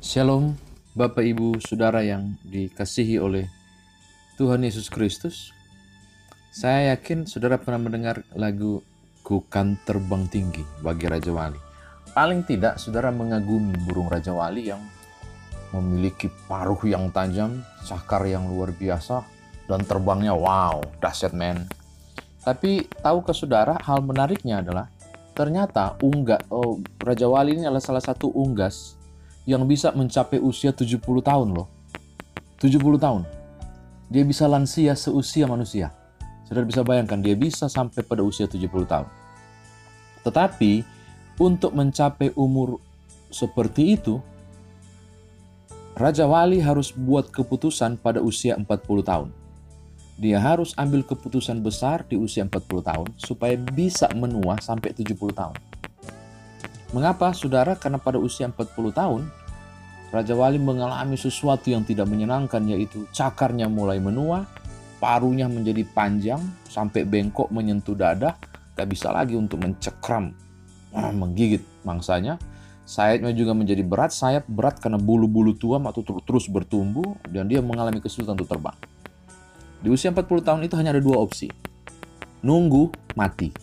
Shalom, Bapak Ibu Saudara yang dikasihi oleh Tuhan Yesus Kristus. Saya yakin saudara pernah mendengar lagu Ku Kan Terbang Tinggi bagi Raja Wali. Paling tidak saudara mengagumi burung Raja Wali yang memiliki paruh yang tajam, cakar yang luar biasa, dan terbangnya wow, dahsyat men. Tapi tahukah saudara, hal menariknya adalah ternyata Raja Wali ini adalah salah satu unggas yang bisa mencapai usia 70 tahun loh. 70 tahun. Dia bisa lansia seusia manusia. Saudara bisa bayangkan, dia bisa sampai pada usia 70 tahun. Tetapi, untuk mencapai umur seperti itu, Raja Wali harus buat keputusan pada usia 40 tahun. Dia harus ambil keputusan besar di usia 40 tahun supaya bisa menua sampai 70 tahun. Mengapa, saudara? Karena pada usia 40 tahun, Raja Wali mengalami sesuatu yang tidak menyenangkan, yaitu cakarnya mulai menua, paruhnya menjadi panjang, sampai bengkok menyentuh dada, gak bisa lagi untuk mencekram, menggigit mangsanya. Sayapnya juga menjadi berat, sayap berat karena bulu-bulu tua atau terus bertumbuh, dan dia mengalami kesulitan untuk terbang. Di usia 40 tahun itu hanya ada dua opsi, nunggu mati,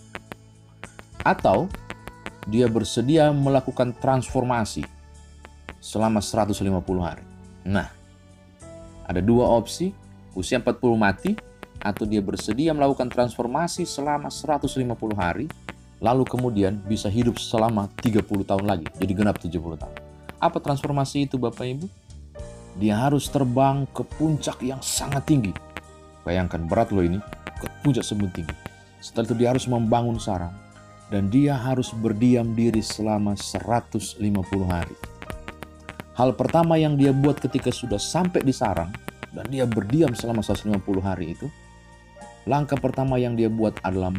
atau dia bersedia melakukan transformasi selama 150 hari. Nah, ada dua opsi, usia 40 mati, atau dia bersedia melakukan transformasi selama 150 hari, lalu kemudian bisa hidup selama 30 tahun lagi, jadi genap 70 tahun. Apa transformasi itu Bapak Ibu? Dia harus terbang ke puncak yang sangat tinggi. Bayangkan, berat loh ini, ke puncak sebut tinggi. Setelah itu dia harus membangun sarang, dan dia harus berdiam diri selama 150 hari. Hal pertama yang dia buat ketika sudah sampai di sarang, dan dia berdiam selama 150 hari itu, langkah pertama yang dia buat adalah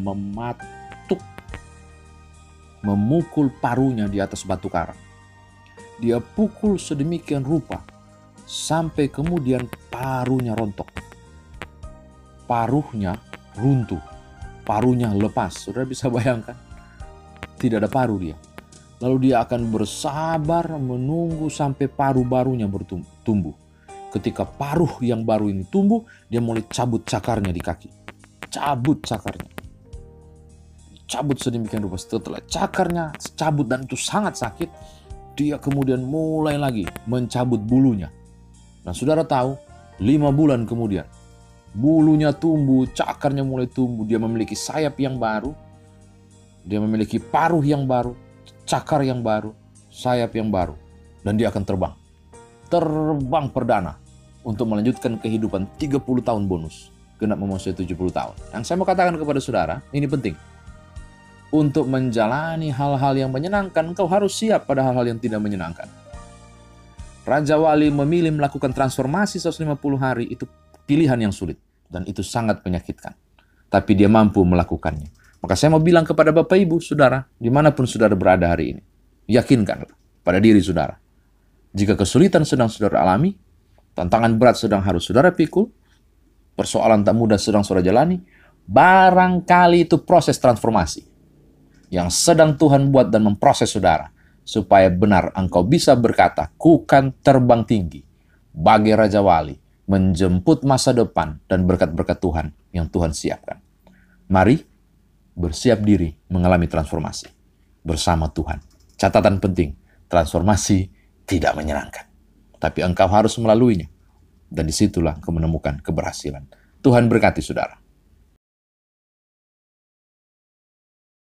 memukul paruhnya di atas batu karang. Dia pukul sedemikian rupa, sampai kemudian paruhnya rontok. Paruhnya runtuh, paruhnya lepas. Saudara bisa bayangkan, tidak ada paruh dia. Lalu dia akan bersabar menunggu sampai paruh barunya bertumbuh. Ketika paruh yang baru ini tumbuh, dia mulai cabut cakarnya di kaki. Cabut cakarnya. Cabut sedemikian rupa. Setelah cakarnya cabut dan itu sangat sakit, dia kemudian mulai lagi mencabut bulunya. Nah, saudara tahu, 5 bulan kemudian, bulunya tumbuh, cakarnya mulai tumbuh, dia memiliki sayap yang baru, dia memiliki paruh yang baru, cakar yang baru, sayap yang baru, dan dia akan terbang. Terbang perdana untuk melanjutkan kehidupan 30 tahun bonus, genap memasuki 70 tahun. Yang saya mau katakan kepada saudara, ini penting. Untuk menjalani hal-hal yang menyenangkan, engkau harus siap pada hal-hal yang tidak menyenangkan. Raja Wali memilih melakukan transformasi 150 hari, itu pilihan yang sulit, dan itu sangat menyakitkan. Tapi dia mampu melakukannya. Maka saya mau bilang kepada Bapak Ibu, Saudara, dimanapun saudara berada hari ini, yakinkanlah pada diri saudara. Jika kesulitan sedang saudara alami, tantangan berat sedang harus saudara pikul, persoalan tak mudah sedang saudara jalani, barangkali itu proses transformasi yang sedang Tuhan buat dan memproses saudara, supaya benar engkau bisa berkata, ku kan terbang tinggi, bagai Raja Wali, menjemput masa depan dan berkat-berkat Tuhan yang Tuhan siapkan. Mari bersiap diri mengalami transformasi bersama Tuhan. Catatan penting, transformasi tidak menyenangkan, tapi engkau harus melaluinya, dan disitulah engkau menemukan keberhasilan. Tuhan berkati saudara.